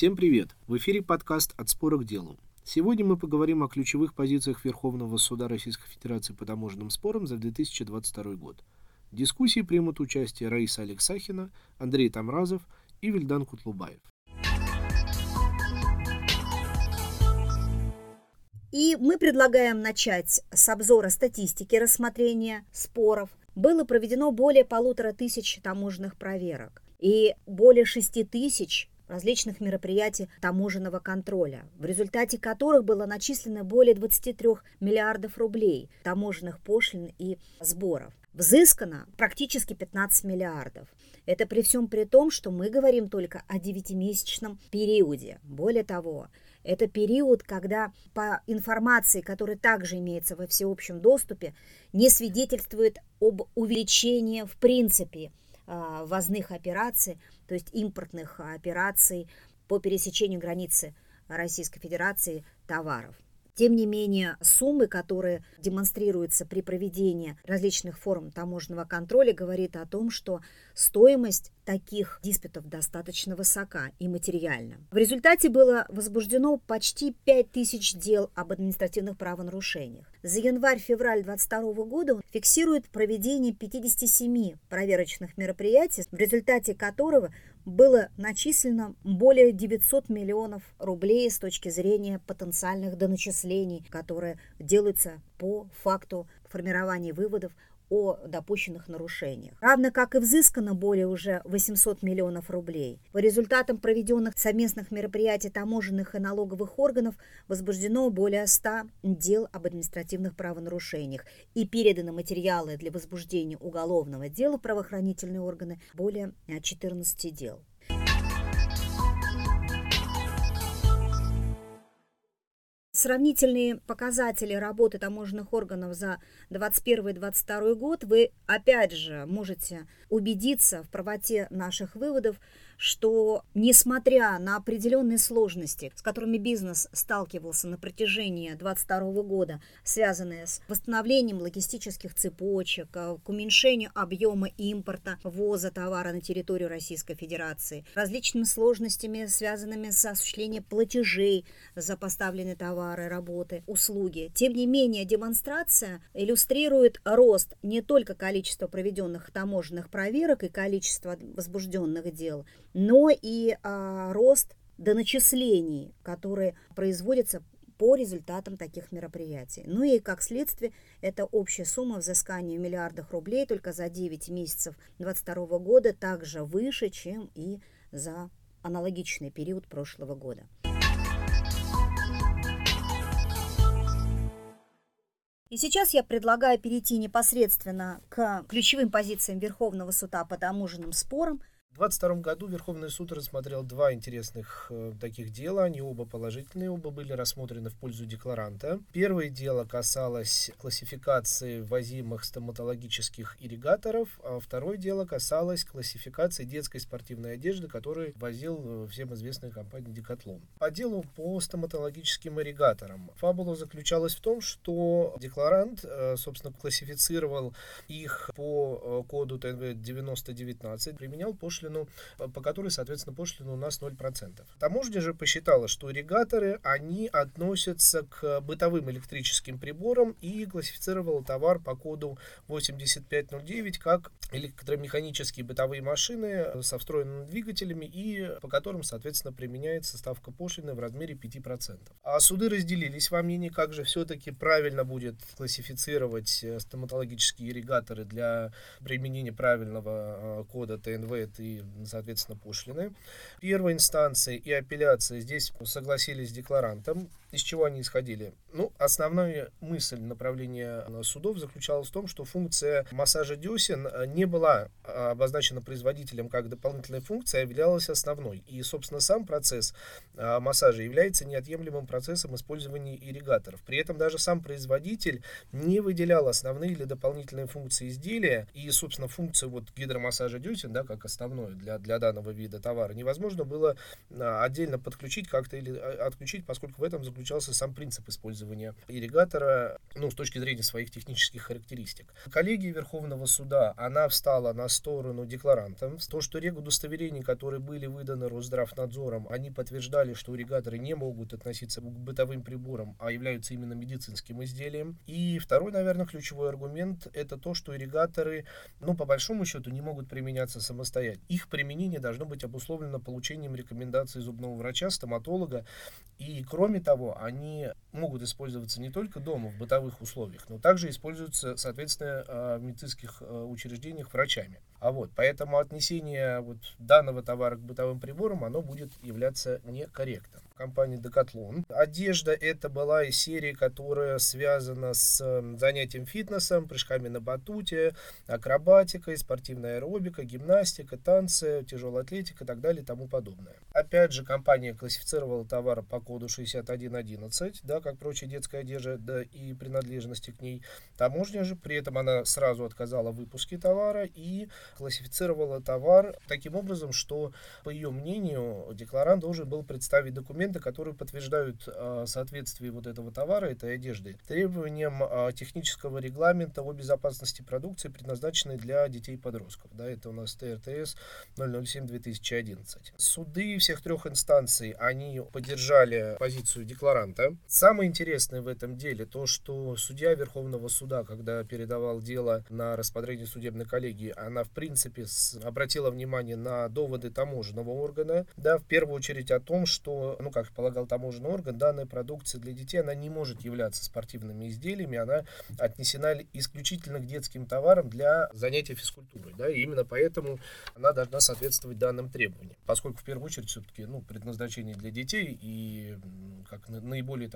Всем привет! В эфире подкаст «От спора к делу». Сегодня мы поговорим о ключевых позициях Верховного суда Российской Федерации по таможенным спорам за 2022 год. В дискуссии примут участие Раиса Алексахина, Андрей Тамразов и Вильдан Кутлубаев. И мы предлагаем начать с обзора статистики рассмотрения споров. Было проведено более 1500 таможенных проверок и более 6000 различных мероприятий таможенного контроля, в результате которых было начислено более 23 миллиардов рублей таможенных пошлин и сборов. Взыскано практически 15 миллиардов. Это при всем при том, что мы говорим только о 9-месячном периоде. Более того, это период, когда по информации, которая также имеется во всеобщем доступе, не свидетельствует об увеличении в принципе ввозных операций, то есть импортных операций по пересечению границы Российской Федерации товаров. Тем не менее, суммы, которые демонстрируются при проведении различных форм таможенного контроля, говорит о том, что стоимость таких диспутов достаточно высока и материальна. В результате было возбуждено почти 5000 дел об административных правонарушениях. За январь-февраль 2022 года фиксирует проведение 57 проверочных мероприятий, в результате которого было начислено более 900 миллионов рублей с точки зрения потенциальных доначислений, которые делаются по факту формирования выводов о допущенных нарушениях. Равно как и взыскано более уже 800 миллионов рублей. По результатам проведенных совместных мероприятий таможенных и налоговых органов возбуждено более 100 дел об административных правонарушениях и переданы материалы для возбуждения уголовного дела в правоохранительные органы более 14 дел. Сравнительные показатели работы таможенных органов за 2021 и 2022 год вы опять же можете убедиться в правоте наших выводов, что несмотря на определенные сложности, с которыми бизнес сталкивался на протяжении 2022 года, связанные с восстановлением логистических цепочек, к уменьшению объема импорта, ввоза товара на территорию Российской Федерации, различными сложностями, связанными с осуществлением платежей за поставленные товары, работы, услуги. Тем не менее, демонстрация иллюстрирует рост не только количества проведенных таможенных проверок и количества возбужденных дел, но и рост доначислений, которые производятся по результатам таких мероприятий. Ну и как следствие, это общая сумма взыскания в миллиардах рублей только за 9 месяцев 2022 года также выше, чем и за аналогичный период прошлого года. И сейчас я предлагаю перейти непосредственно к ключевым позициям Верховного суда по таможенным спорам. В 2022 году Верховный суд рассмотрел два интересных таких дела. Они оба положительные, оба были рассмотрены в пользу декларанта. Первое дело касалось классификации ввозимых стоматологических ирригаторов, а второе дело касалось классификации детской спортивной одежды, которую возил всем известная компания Decathlon. По делу по стоматологическим ирригаторам. Фабула заключалась в том, что декларант, собственно, классифицировал их по коду ТНВ 9019, применял пошлину, по которой, соответственно, пошлина у нас 0%. Таможня же посчитала, что ирригаторы, они относятся к бытовым электрическим приборам и классифицировала товар по коду 8509 как электромеханические бытовые машины со встроенными двигателями и по которым, соответственно, применяется ставка пошлины в размере 5%. А суды разделились во мнении, как же все-таки правильно будет классифицировать стоматологические ирригаторы для применения правильного кода ТНВ и, соответственно, пошлины. Первой инстанции и апелляции здесь согласились с декларантом. Из чего они исходили? Основная мысль направления судов заключалась в том, что функция массажа десен не была обозначена производителем как дополнительная функция, а являлась основной. И, собственно, сам процесс массажа является неотъемлемым процессом использования ирригаторов. При этом даже сам производитель не выделял основные или дополнительные функции изделия. И, собственно, функцию гидромассажа десен, как основной, пропускное для данного вида товара, невозможно было отдельно подключить как-то или отключить, поскольку в этом заключался сам принцип использования ирригатора, с точки зрения своих технических характеристик. Коллегия Верховного суда, она встала на сторону декларанта. То, что регудостоверения, которые были выданы Росздравнадзором, они подтверждали, что ирригаторы не могут относиться к бытовым приборам, а являются именно медицинским изделием. И второй, наверное, ключевой аргумент, это то, что ирригаторы, по большому счету, не могут применяться самостоятельно. Их применение должно быть обусловлено получением рекомендаций зубного врача, стоматолога. И, кроме того, они могут использоваться не только дома, в бытовых условиях, но также используются, соответственно, в медицинских учреждениях врачами. Поэтому отнесение данного товара к бытовым приборам, оно будет являться некорректным. Компания Decathlon. Одежда это была из серии, которая связана с занятием фитнесом, прыжками на батуте, акробатикой, спортивная аэробика, гимнастика, танцы, тяжелая атлетика и так далее и тому подобное. Опять же, компания классифицировала товар по коду 6111, как прочая детская одежда, и принадлежности к ней. Таможня же, при этом она сразу отказала в выпуске товара и классифицировала товар таким образом, что, по ее мнению, декларант должен был представить документы, которые подтверждают соответствие этого товара, этой одежды, требованиям технического регламента о безопасности продукции, предназначенной для детей и подростков. Это у нас ТРТС 007-2011. Суды всех трех инстанций, они поддержали позицию декларанта. Самое интересное в этом деле то, что судья Верховного суда, когда передавал дело на рассмотрение судебной коллегии, она в принципе обратила внимание на доводы таможенного органа, в первую очередь о том, что, как полагал таможенный орган, данная продукция для детей, она не может являться спортивными изделиями, она отнесена исключительно к детским товарам для занятия физкультурой, и именно поэтому она должна соответствовать данным требованиям, поскольку в первую очередь все-таки, предназначение для детей и как наиболее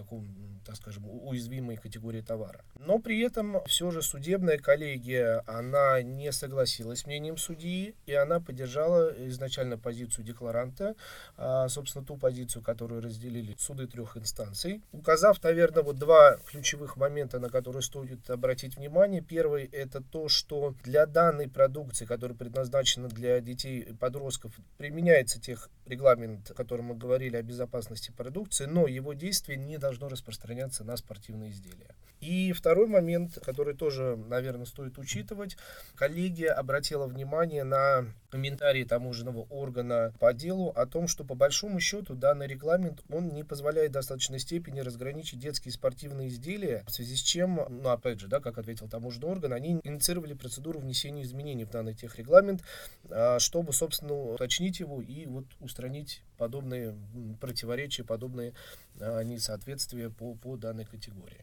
уязвимой категории товара. Но при этом все же судебная коллегия, она не согласилась с мнением судьи, и она поддержала изначально позицию декларанта, собственно, ту позицию, которую разделили суды трех инстанций, указав, наверное, два ключевых момента, на которые стоит обратить внимание. Первый – это то, что для данной продукции, которая предназначена для детей и подростков, применяется техрегламент, о котором мы говорили, о безопасности продукции, но его действие не должно распространяться на спортивные изделия. И второй момент, который тоже, наверное, стоит учитывать, коллегия обратила внимание на комментарии таможенного органа по делу о том, что по большому счету данный регламент, он не позволяет в достаточной степени разграничить детские спортивные изделия, в связи с чем, опять же, как ответил таможенный орган, они инициировали процедуру внесения изменений в данный техрегламент, чтобы, собственно, уточнить его и устранить подобные противоречия, подобные несоответствия по данной категории.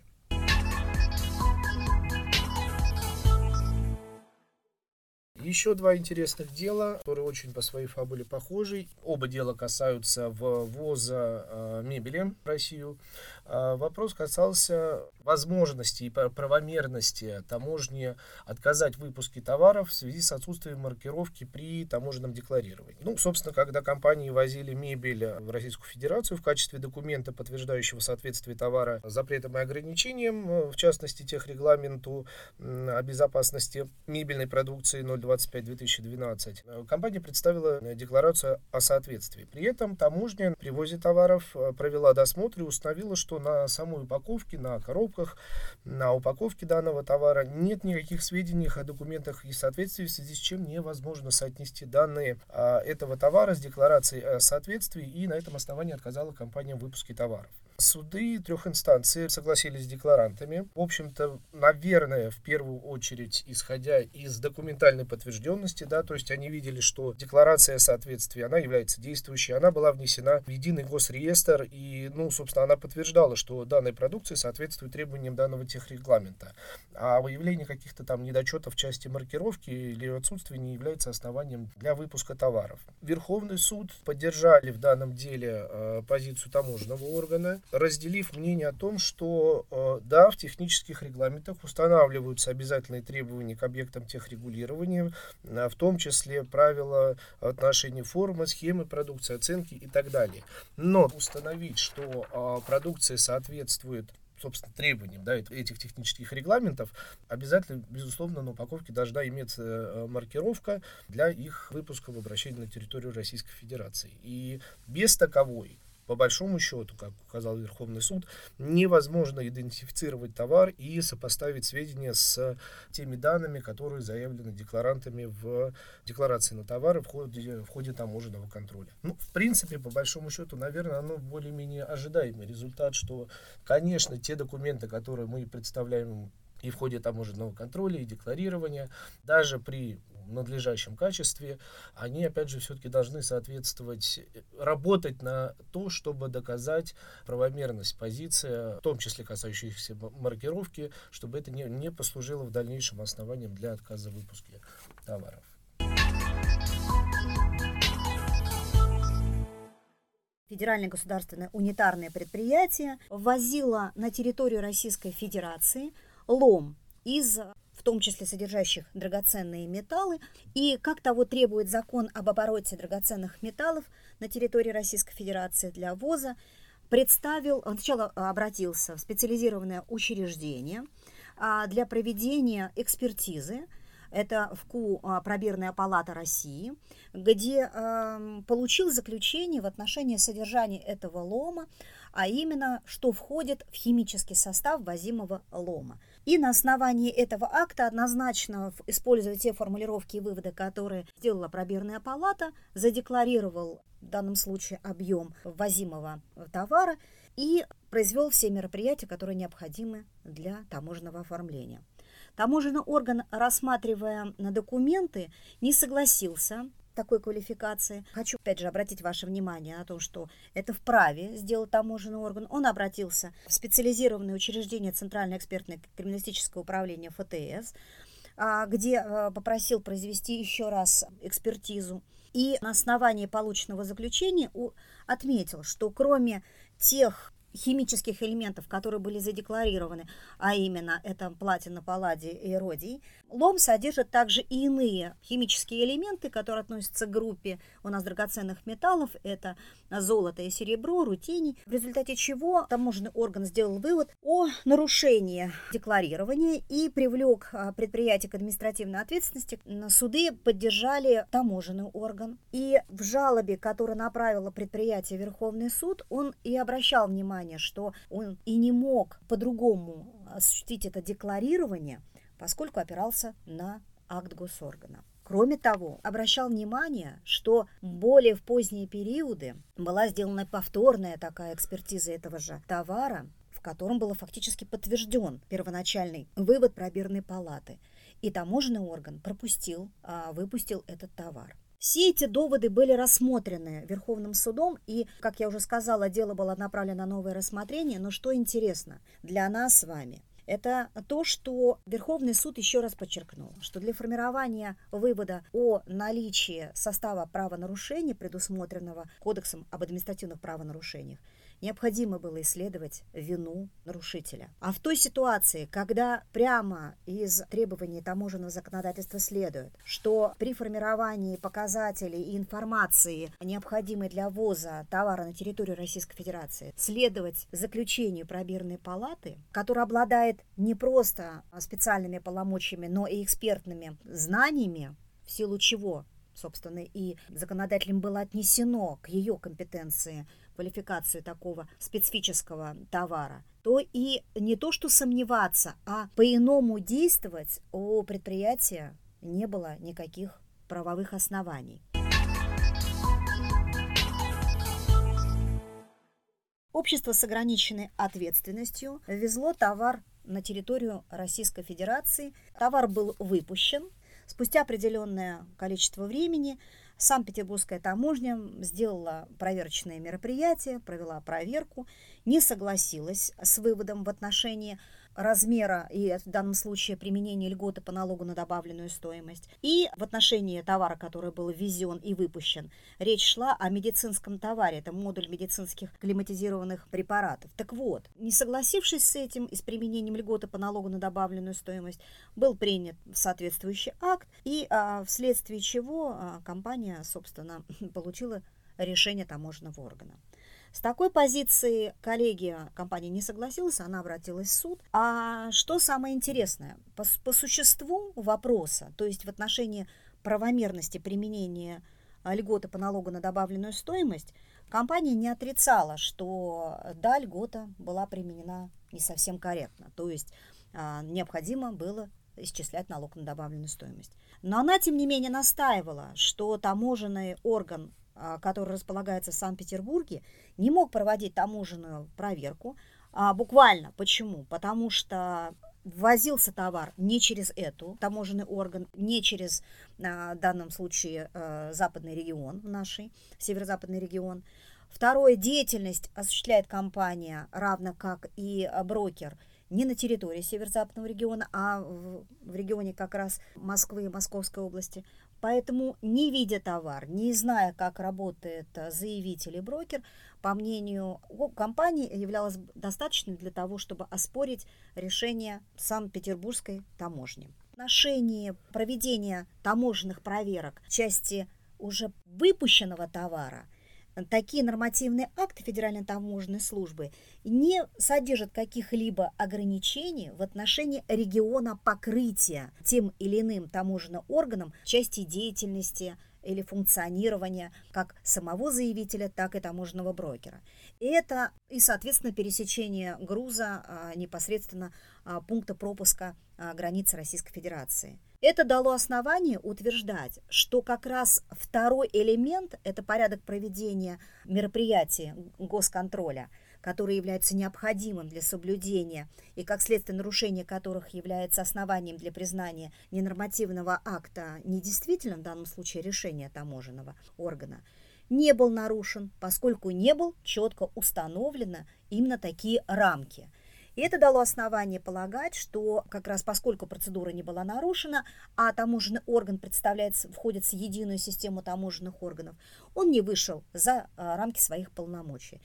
Еще два интересных дела, которые очень по своей фабуле похожи. Оба дела касаются ввоза мебели в Россию. Вопрос касался возможности и правомерности таможни отказать в выпуске товаров в связи с отсутствием маркировки при таможенном декларировании. Собственно, когда компании возили мебель в Российскую Федерацию в качестве документа, подтверждающего соответствие товара запретам и ограничениям, в частности, техрегламенту о безопасности мебельной продукции 025/2012, компания представила декларацию о соответствии. При этом таможня при ввозе товаров провела досмотр и установила, что на самой упаковке, на коробках, на упаковке данного товара нет никаких сведений о документах и соответствии, в связи с чем невозможно соотнести данные этого товара с декларацией о соответствии, и на этом основании отказала компания в выпуске товаров. Суды трех инстанций согласились с декларантами. В общем-то, наверное, в первую очередь, исходя из документальной подтвержденности, то есть они видели, что декларация о соответствии, она является действующей, она была внесена в единый госреестр, и, собственно, она подтверждала, что данная продукция соответствует требованиям данного техрегламента. А выявление каких-то там недочетов в части маркировки или отсутствия не является основанием для выпуска товаров. Верховный суд поддержали в данном деле позицию таможенного органа, разделив мнение о том, что в технических регламентах устанавливаются обязательные требования к объектам техрегулирования, в том числе правила в отношении формы, схемы продукции, оценки и так далее. Но установить, что продукция соответствует собственно, требованиям, да, этих технических регламентов, обязательно, безусловно, на упаковке должна иметься маркировка для их выпуска в обращении на территорию Российской Федерации. И без таковой, по большому счету, как указал Верховный суд, невозможно идентифицировать товар и сопоставить сведения с теми данными, которые заявлены декларантами в декларации на товары в ходе таможенного контроля. Ну, в принципе, по большому счету, наверное, оно более-менее ожидаемый результат, что, конечно, те документы, которые мы представляем и в ходе таможенного контроля, и декларирования, даже при надлежащем качестве, они, опять же, все-таки должны соответствовать, работать на то, чтобы доказать правомерность позиции, в том числе касающихся маркировки, чтобы это не послужило в дальнейшем основанием для отказа в выпуске товаров. Федеральное государственное унитарное предприятие ввозило на территорию Российской Федерации лом из, в том числе содержащих драгоценные металлы. И как того требует закон об обороте драгоценных металлов на территории Российской Федерации для ввоза, он сначала обратился в специализированное учреждение для проведения экспертизы. Это ВКУ Пробирная палата России, где получил заключение в отношении содержания этого лома, а именно, что входит в химический состав ввозимого лома. И на основании этого акта однозначно, используя те формулировки и выводы, которые сделала Пробирная палата, задекларировал в данном случае объем ввозимого товара и произвел все мероприятия, которые необходимы для таможенного оформления. Таможенный орган, рассматривая документы, не согласился с такой квалификацией. Хочу, опять же, обратить ваше внимание на то, что это вправе сделать таможенный орган. Он обратился в специализированное учреждение Центральное экспертно-криминалистическое управление ФТС, где попросил произвести еще раз экспертизу. И на основании полученного заключения отметил, что кроме тех химических элементов, которые были задекларированы, а именно это платина, палладий и иродий, лом содержит также и иные химические элементы, которые относятся к группе у нас драгоценных металлов, это золото и серебро, рутений, в результате чего таможенный орган сделал вывод о нарушении декларирования и привлек предприятие к административной ответственности. Суды поддержали таможенный орган, и в жалобе, которую направило предприятие в Верховный суд, он и обращал внимание, что он и не мог по-другому осуществить это декларирование, поскольку опирался на акт госоргана. Кроме того, обращал внимание, что более в поздние периоды была сделана повторная такая экспертиза этого же товара, в котором был фактически подтвержден первоначальный вывод Пробирной палаты, и таможенный орган выпустил этот товар. Все эти доводы были рассмотрены Верховным судом, и, как я уже сказала, дело было направлено на новое рассмотрение. Но что интересно для нас с вами, это то, что Верховный суд еще раз подчеркнул, что для формирования вывода о наличии состава правонарушения, предусмотренного Кодексом об административных правонарушениях, необходимо было исследовать вину нарушителя. А в той ситуации, когда прямо из требований таможенного законодательства следует, что при формировании показателей и информации, необходимой для ввоза товара на территорию Российской Федерации, следовать заключению Пробирной палаты, которая обладает не просто специальными полномочиями, но и экспертными знаниями, в силу чего, собственно, и законодателям было отнесено к ее компетенции квалификацию такого специфического товара, то и не то что сомневаться, а по-иному действовать у предприятия не было никаких правовых оснований. Общество с ограниченной ответственностью везло товар на территорию Российской Федерации. Товар был выпущен. Спустя определенное количество времени Санкт-Петербургская таможня сделала проверочное мероприятие, провела проверку, не согласилась с выводом в отношении размера и в данном случае применения льготы по налогу на добавленную стоимость. И в отношении товара, который был ввезен и выпущен, речь шла о медицинском товаре, это модуль медицинских климатизированных препаратов. Так вот, не согласившись с этим и с применением льготы по налогу на добавленную стоимость, был принят соответствующий акт, и вследствие чего компания, собственно, получила решение таможенного органа. С такой позиции коллегия компании не согласилась, она обратилась в суд. А что самое интересное? По существу вопроса, то есть в отношении правомерности применения льготы по налогу на добавленную стоимость, компания не отрицала, что да, льгота была применена не совсем корректно, то есть необходимо было исчислять налог на добавленную стоимость. Но она, тем не менее, настаивала, что таможенный орган, который располагается в Санкт-Петербурге, не мог проводить таможенную проверку. Буквально. Почему? Потому что ввозился товар не через эту таможенный орган, не через, в данном случае, западный регион, нашей, северо-западный регион. Второе, деятельность осуществляет компания, равно как и брокер, не на территории северо-западного региона, а в регионе как раз Москвы и Московской области. Поэтому, не видя товар, не зная, как работает заявитель и брокер, по мнению компании, являлось достаточно для того, чтобы оспорить решение Санкт-Петербургской таможни. В отношении проведения таможенных проверок в части уже выпущенного товара такие нормативные акты Федеральной таможенной службы не содержат каких-либо ограничений в отношении региона покрытия тем или иным таможенным органом в части деятельности или функционирования как самого заявителя, так и таможенного брокера. И, соответственно, пересечение груза непосредственно пункта пропуска границы Российской Федерации. Это дало основание утверждать, что как раз второй элемент – это порядок проведения мероприятий госконтроля, который является необходимым для соблюдения и, как следствие, нарушение которых является основанием для признания ненормативного акта недействительным, в данном случае решения таможенного органа, не был нарушен, поскольку не был четко установлено именно такие рамки. И это дало основание полагать, что как раз поскольку процедура не была нарушена, а таможенный орган входит в единую систему таможенных органов, он не вышел за рамки своих полномочий.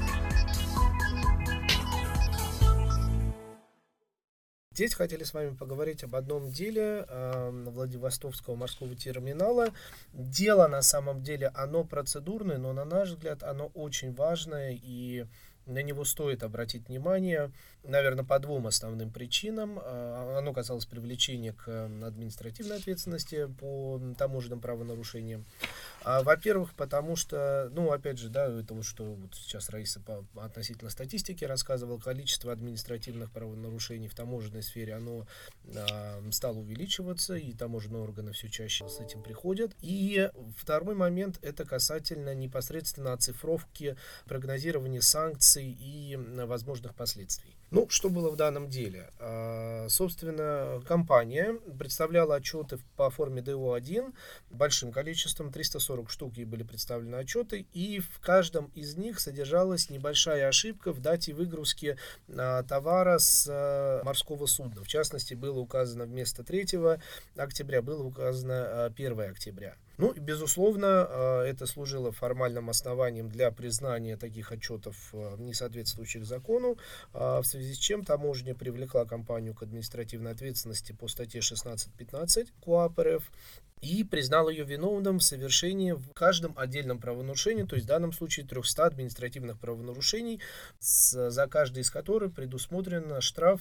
Здесь хотели с вами поговорить об одном деле Владивостокского морского терминала. Дело на самом деле, оно процедурное, но на наш взгляд оно очень важное, и на него стоит обратить внимание, наверное, по двум основным причинам. Оно касалось привлечения к административной ответственности по таможенным правонарушениям. Во-первых, потому что, опять же, это вот что вот сейчас Раиса относительно статистики рассказывала, количество административных правонарушений в таможенной сфере, оно стало увеличиваться, и таможенные органы все чаще с этим приходят. И второй момент, это касательно непосредственно оцифровки, прогнозирования санкций и возможных последствий. Что было в данном деле? Собственно, компания представляла отчеты по форме ДО-1 большим количеством, 340 штук ей были представлены отчеты, и в каждом из них содержалась небольшая ошибка в дате выгрузки товара с морского судна. В частности, было указано вместо 3 октября, было указано 1 октября. И, безусловно, это служило формальным основанием для признания таких отчетов несоответствующих закону, в связи с чем таможня привлекла компанию к административной ответственности по статье 16.15 КоАП РФ и признала ее виновным в совершении в каждом отдельном правонарушении, то есть в данном случае 300 административных правонарушений, за каждый из которых предусмотрен штраф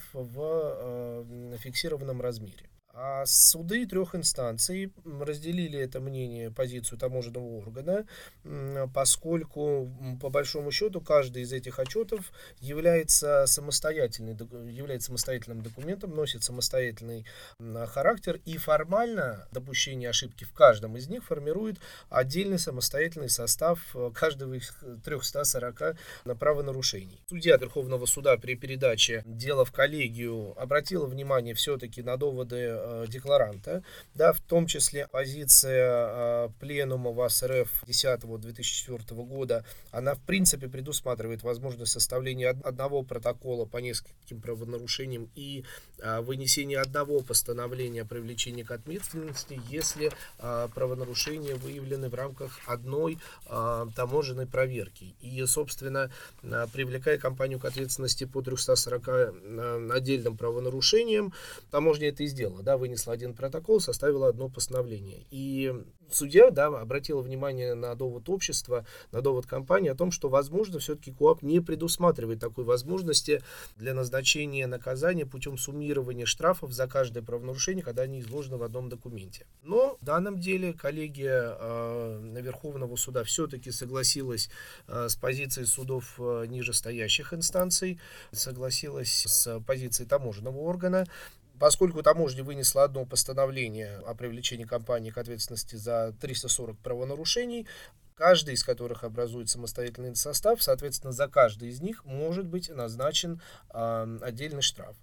в фиксированном размере. А суды 3 инстанций разделили это мнение, позицию таможенного органа, поскольку, по большому счету, каждый из этих отчетов является самостоятельным документом, носит самостоятельный характер, и формально допущение ошибки в каждом из них формирует отдельный самостоятельный состав каждого из 340 правонарушений. Судья Верховного суда при передаче дела в коллегию обратила внимание все-таки на доводы декларанта, в том числе позиция пленума ВАС РФ 10/2004 года, она в принципе предусматривает возможность составления одного протокола по нескольким правонарушениям и вынесения одного постановления о привлечении к ответственности, если правонарушения выявлены в рамках одной таможенной проверки. И, собственно, привлекая компанию к ответственности по 340 отдельным правонарушениям, таможня это и сделала. она вынесла один протокол, составила одно постановление. И судья, да, обратила внимание на довод общества, на довод компании о том, что, возможно, все-таки КоАП не предусматривает такой возможности для назначения наказания путем суммирования штрафов за каждое правонарушение, когда они изложены в одном документе. Но в данном деле коллегия Верховного суда все-таки согласилась с позицией судов нижестоящих инстанций, согласилась с позицией таможенного органа. Поскольку таможня вынесла одно постановление о привлечении компании к ответственности за 340 правонарушений, каждый из которых образует самостоятельный состав, соответственно, за каждый из них может быть назначен отдельный штраф.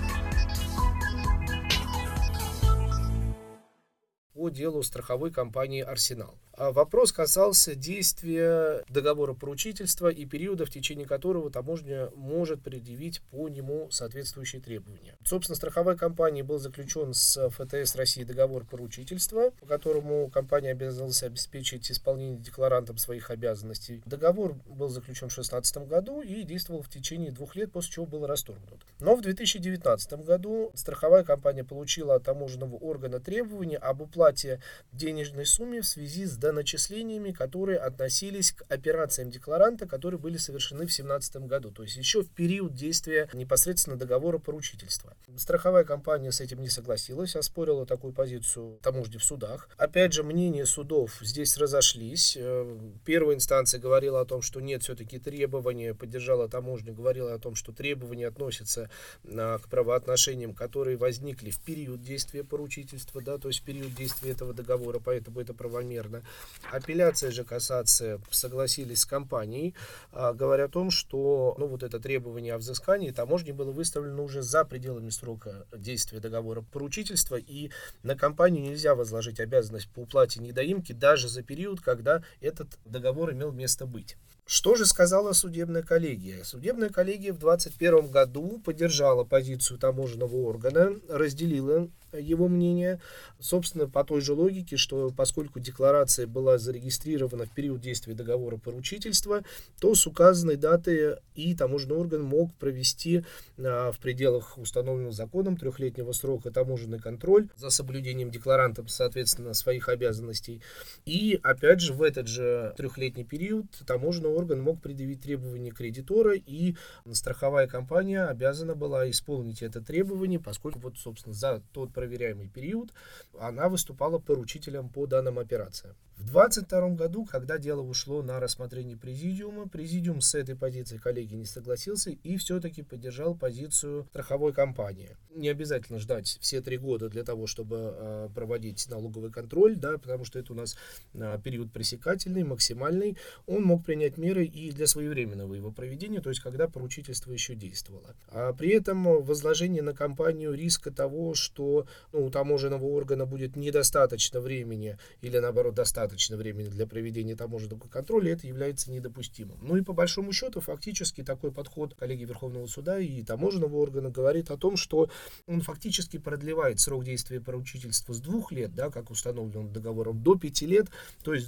По делу страховой компании «Арсенал». Вопрос касался действия договора поручительства и периода, в течение которого таможня может предъявить по нему соответствующие требования. Собственно, страховой компанией был заключен с ФТС России договор поручительства, по которому компания обязалась обеспечить исполнение декларантом своих обязанностей. Договор был заключен в 2016 году и действовал в течение 2 лет, после чего был расторгнут. Но в 2019 году страховая компания получила от таможенного органа требования об уплате денежной суммы в связи с доначислениями, которые относились к операциям декларанта, которые были совершены в 2017 году, то есть еще в период действия непосредственно договора поручительства. Страховая компания с этим не согласилась, оспорила такую позицию таможни в судах. Опять же, мнения судов здесь разошлись. Первая инстанция говорила о том, что нет, все-таки требования, поддержала таможню, говорила о том, что требования относятся к правоотношениям, которые возникли в период действия поручительства, да, то есть в период действия этого договора, поэтому это правомерно. Апелляция же, кассация согласились с компанией, говоря о том, что вот это требование о взыскании таможни было выставлено уже за пределами срока действия договора поручительства, и на компанию нельзя возложить обязанность по уплате недоимки даже за период, когда этот договор имел место быть. Что же сказала судебная коллегия? Судебная коллегия в 2021 году поддержала позицию таможенного органа, разделила его мнение, собственно, по той же логике, что поскольку декларация была зарегистрирована в период действия договора поручительства, то с указанной даты и таможенный орган мог провести в пределах установленного законом 3-летнего срока таможенный контроль за соблюдением декларантом, соответственно, своих обязанностей. И, опять же, в этот же 3-летний период таможенный орган мог предъявить требования кредитора, и страховая компания обязана была исполнить это требование, поскольку, собственно, за тот проверяемый период она выступала поручителем по данным операциям. В 2022 году, когда дело ушло на рассмотрение президиума, президиум с этой позицией коллегии не согласился и все-таки поддержал позицию страховой компании. Не обязательно ждать все 3 года для того, чтобы проводить налоговый контроль, да, потому что это у нас период пресекательный, максимальный. Он мог принять меры и для своевременного его проведения, то есть когда поручительство еще действовало. А при этом возложение на компанию риска того, что у таможенного органа будет недостаточно времени или, наоборот, достаточно времени для проведения таможенного контроля, это является недопустимым. Ну и по большому счету, фактически такой подход коллегии Верховного суда и таможенного органа говорит о том, что он фактически продлевает срок действия поручительства с 2 лет, да, как установлено договором, до 5 лет, то есть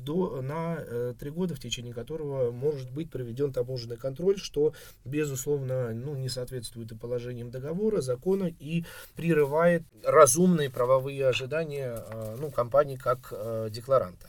на 3 года, в течение которого может быть проведен таможенный контроль, что, безусловно, не соответствует и положениям договора, закона и прерывает разумные правовые ожидания компании как декларанта.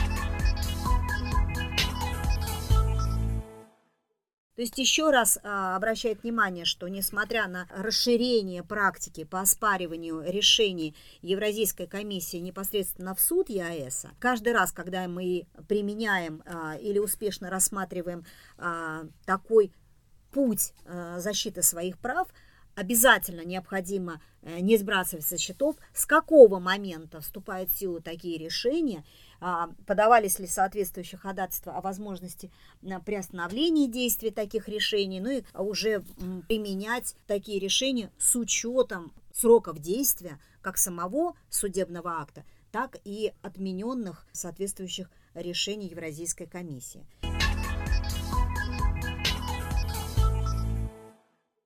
То есть еще раз обращает внимание, что несмотря на расширение практики по оспариванию решений Евразийской комиссии непосредственно в суд ЕАЭС, каждый раз, когда мы применяем или успешно рассматриваем такой путь защиты своих прав, обязательно необходимо не сбрасывать со счетов, с какого момента вступают в силу такие решения, подавались ли соответствующие ходатайства о возможности приостановления действия таких решений, и уже применять такие решения с учетом сроков действия как самого судебного акта, так и отмененных соответствующих решений Евразийской комиссии.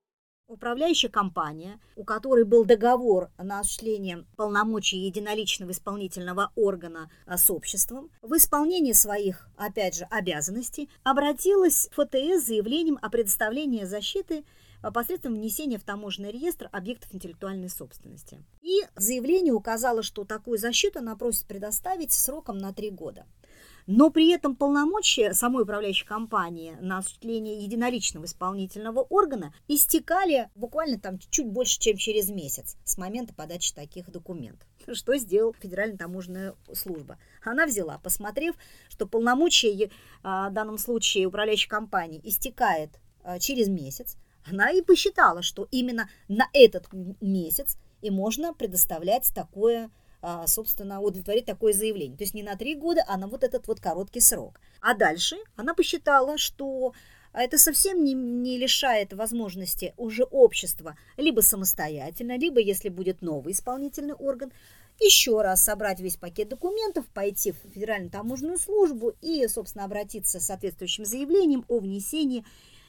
Управляющая компания, у которой был договор на осуществление полномочий единоличного исполнительного органа с обществом, в исполнении своих, опять же, обязанностей обратилась в ФТС с заявлением о предоставлении защиты посредством внесения в таможенный реестр объектов интеллектуальной собственности. И заявление указало, что такую защиту она просит предоставить сроком на 3 года. Но при этом полномочия самой управляющей компании на осуществление единоличного исполнительного органа истекали буквально там чуть больше, чем через месяц с момента подачи таких документов. Что сделала Федеральная таможенная служба? Она взяла, посмотрев, что полномочия в данном случае управляющей компании истекает через месяц, она и посчитала, что именно на этот месяц и можно предоставлять такое, собственно, удовлетворить такое заявление. То есть не на 3 года, а на вот этот вот короткий срок. А дальше она посчитала, что это совсем не лишает возможности уже общества либо самостоятельно, либо, если будет новый исполнительный орган, еще раз собрать весь пакет документов, пойти в Федеральную таможенную службу и, собственно, обратиться с соответствующим заявлением о внесении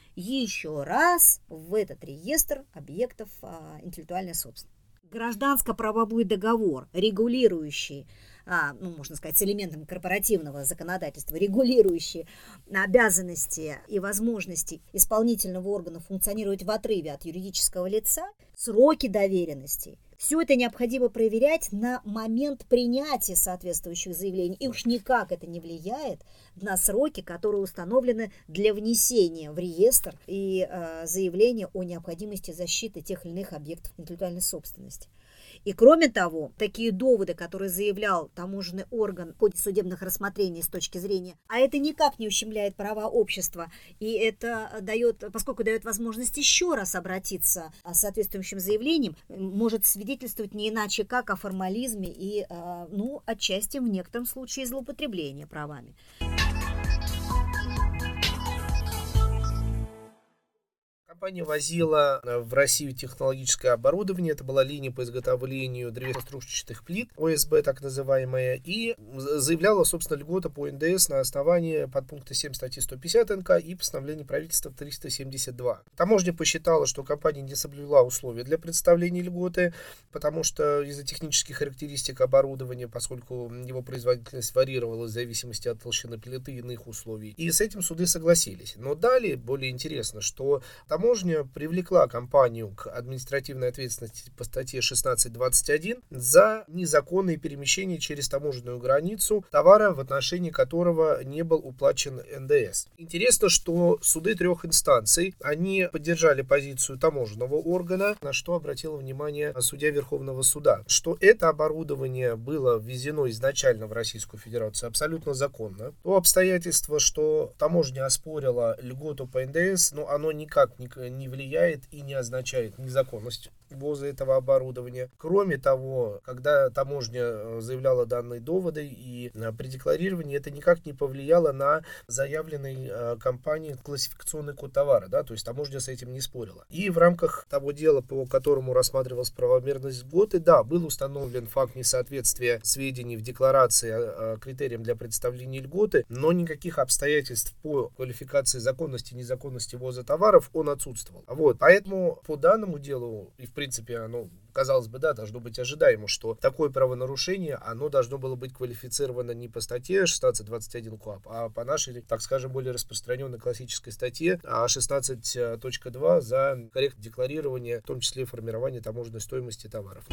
еще раз в этот реестр объектов интеллектуальной собственности. Гражданско-правовой договор, регулирующий, можно сказать, с элементами корпоративного законодательства, регулирующий обязанности и возможности исполнительного органа функционировать в отрыве от юридического лица, сроки доверенностей. Все это необходимо проверять на момент принятия соответствующих заявлений. И уж никак это не влияет на сроки, которые установлены для внесения в реестр и заявления о необходимости защиты тех или иных объектов интеллектуальной собственности. И кроме того, такие доводы, которые заявлял таможенный орган в ходе судебных рассмотрений с точки зрения, а это никак не ущемляет права общества, и это дает, поскольку дает возможность еще раз обратиться с соответствующим заявлением, может свидетельствовать не иначе как о формализме и, отчасти в некотором случае злоупотребления правами. Компания возила в Россию технологическое оборудование, это была линия по изготовлению древеструбчатых плит, ОСБ так называемая, и заявляла, собственно, льготы по НДС на основании подпункта 7 статьи 150 НК и постановления правительства 372. Таможня посчитала, что компания не соблюла условия для представления льготы, потому что из-за технических характеристик оборудования, поскольку его производительность варьировалась в зависимости от толщины плиты и иных условий, и с этим суды согласились. Но далее, более интересно, что таможня привлекла компанию к административной ответственности по статье 16.21 за незаконное перемещение через таможенную границу товара, в отношении которого не был уплачен НДС. Интересно, что суды 3 инстанций, они поддержали позицию таможенного органа, на что обратила внимание судья Верховного суда, что это оборудование было ввезено изначально в Российскую Федерацию абсолютно законно. То обстоятельство, что таможня оспорила льготу по НДС, но оно никак не влияет и не означает незаконность ввоза этого оборудования. Кроме того, когда таможня заявляла данные доводы и при декларировании, это никак не повлияло на заявленный компанией классификационный код товара, да, то есть таможня с этим не спорила. И в рамках того дела, по которому рассматривалась правомерность льготы, да, был установлен факт несоответствия сведений в декларации критериям для представления льготы, но никаких обстоятельств по квалификации законности и незаконности ввоза товаров он отсутствовал. Вот, поэтому по данному делу, и в принципе оно, казалось бы, да, должно быть ожидаемо, что такое правонарушение, оно должно было быть квалифицировано не по статье 16.21 КоАП, а по нашей, так скажем, более распространенной классической статье 16.2 за корректное декларирование, в том числе формирование таможенной стоимости товаров.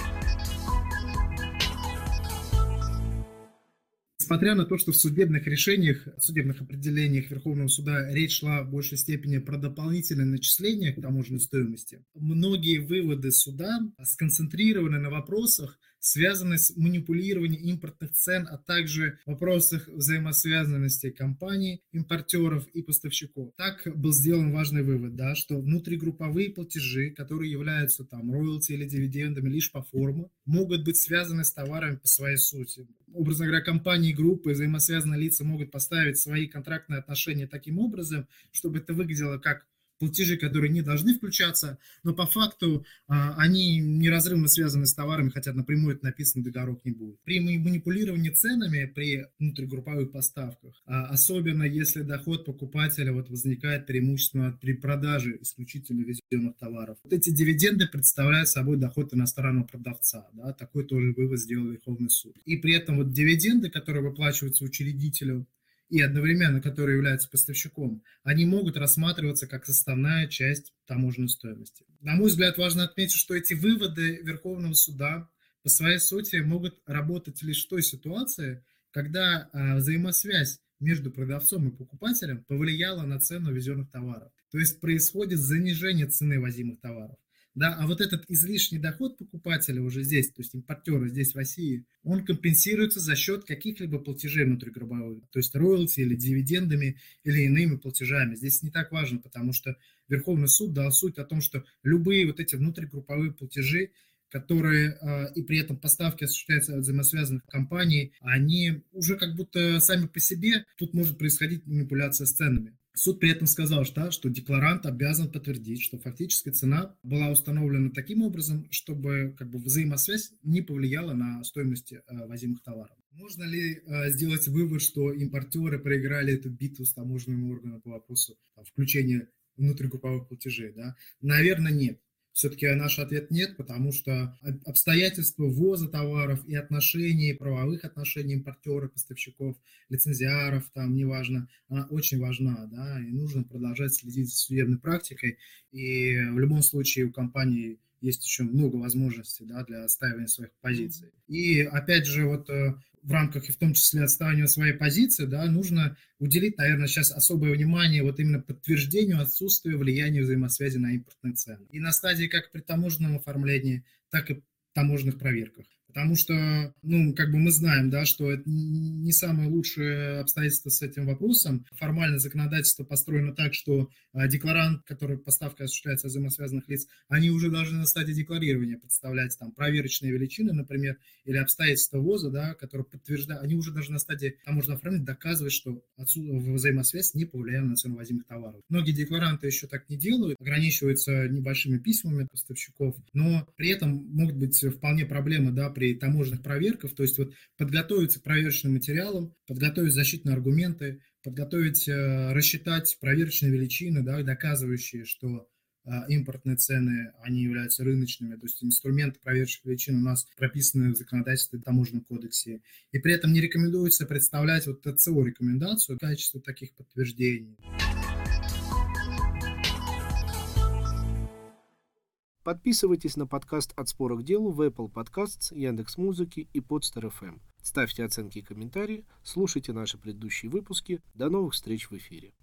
Несмотря на то, что в судебных решениях, судебных определениях Верховного суда речь шла в большей степени про дополнительное начисление к таможенной стоимости, многие выводы суда сконцентрированы на вопросах, связанных с манипулированием импортных цен, а также вопросах взаимосвязанности компаний, импортеров и поставщиков. Так был сделан важный вывод, да, что внутригрупповые платежи, которые являются роялти или дивидендами лишь по форме, могут быть связаны с товарами по своей сути. Образно говоря, компании, группы, взаимосвязанные лица могут поставить свои контрактные отношения таким образом, чтобы это выглядело как платежи, которые не должны включаться, но по факту они неразрывно связаны с товарами, хотя напрямую это написано в договорах не будет. При манипулировании ценами, при внутригрупповых поставках, особенно если доход покупателя возникает преимущественно при продаже исключительно ввезенных товаров, эти дивиденды представляют собой доход иностранного продавца. Да, такой тоже вывод сделал Верховный суд. И при этом дивиденды, которые выплачиваются учредителю, и одновременно, которые являются поставщиком, они могут рассматриваться как составная часть таможенной стоимости. На мой взгляд, важно отметить, что эти выводы Верховного суда по своей сути могут работать лишь в той ситуации, когда взаимосвязь между продавцом и покупателем повлияла на цену ввезенных товаров. То есть происходит занижение цены возимых товаров. Да, а этот излишний доход покупателя уже здесь, то есть импортера здесь в России, он компенсируется за счет каких-либо платежей внутригрупповых, то есть роялти или дивидендами или иными платежами. Здесь не так важно, потому что Верховный суд дал суть о том, что любые эти внутригрупповые платежи, которые и при этом поставки осуществляются от взаимосвязанных компаний, они уже как будто сами по себе, тут может происходить манипуляция с ценами. Суд при этом сказал, что декларант обязан подтвердить, что фактическая цена была установлена таким образом, чтобы взаимосвязь не повлияла на стоимость возимых товаров. Можно ли сделать вывод, что импортеры проиграли эту битву с таможенными органами по вопросу включения внутригрупповых платежей? Да? Наверное, нет. Все-таки наш ответ нет, потому что обстоятельства ввоза товаров и отношений, правовых отношений импортеров, поставщиков, лицензиаров, неважно, она очень важна, да, и нужно продолжать следить за судебной практикой, и в любом случае у компании есть еще много возможностей, да, для отстаивания своих позиций. И опять же, в рамках и в том числе отстаивания своей позиции, да, нужно уделить, наверное, сейчас особое внимание именно подтверждению отсутствия влияния взаимосвязи на импортные цены. И на стадии как при таможенном оформлении, так и таможенных проверках. Потому что, мы знаем, да, что это не самое лучшее обстоятельство с этим вопросом. Формально законодательство построено так, что декларант, который поставка осуществляется от взаимосвязанных лиц, они уже должны на стадии декларирования представлять проверочные величины, например, или обстоятельства ввоза, да, которые подтверждают, они уже должны на стадии таможенного оформления доказывать, что взаимосвязь не повлияла на цену возимых товаров. Многие декларанты еще так не делают, ограничиваются небольшими письмами поставщиков, но при этом могут быть вполне проблемы, да, при таможенных проверках, то есть подготовиться к проверочным материалам, подготовить защитные аргументы, подготовить, рассчитать проверочные величины, да, доказывающие, что импортные цены, они являются рыночными, то есть инструменты проверочных величин у нас прописаны в законодательстве в Таможенном кодексе. И при этом не рекомендуется представлять ТЦО рекомендацию в качестве таких подтверждений. Подписывайтесь на подкаст «От спора к делу» в Apple Podcasts, Яндекс.Музыке и Podster.FM. Ставьте оценки и комментарии, слушайте наши предыдущие выпуски. До новых встреч в эфире.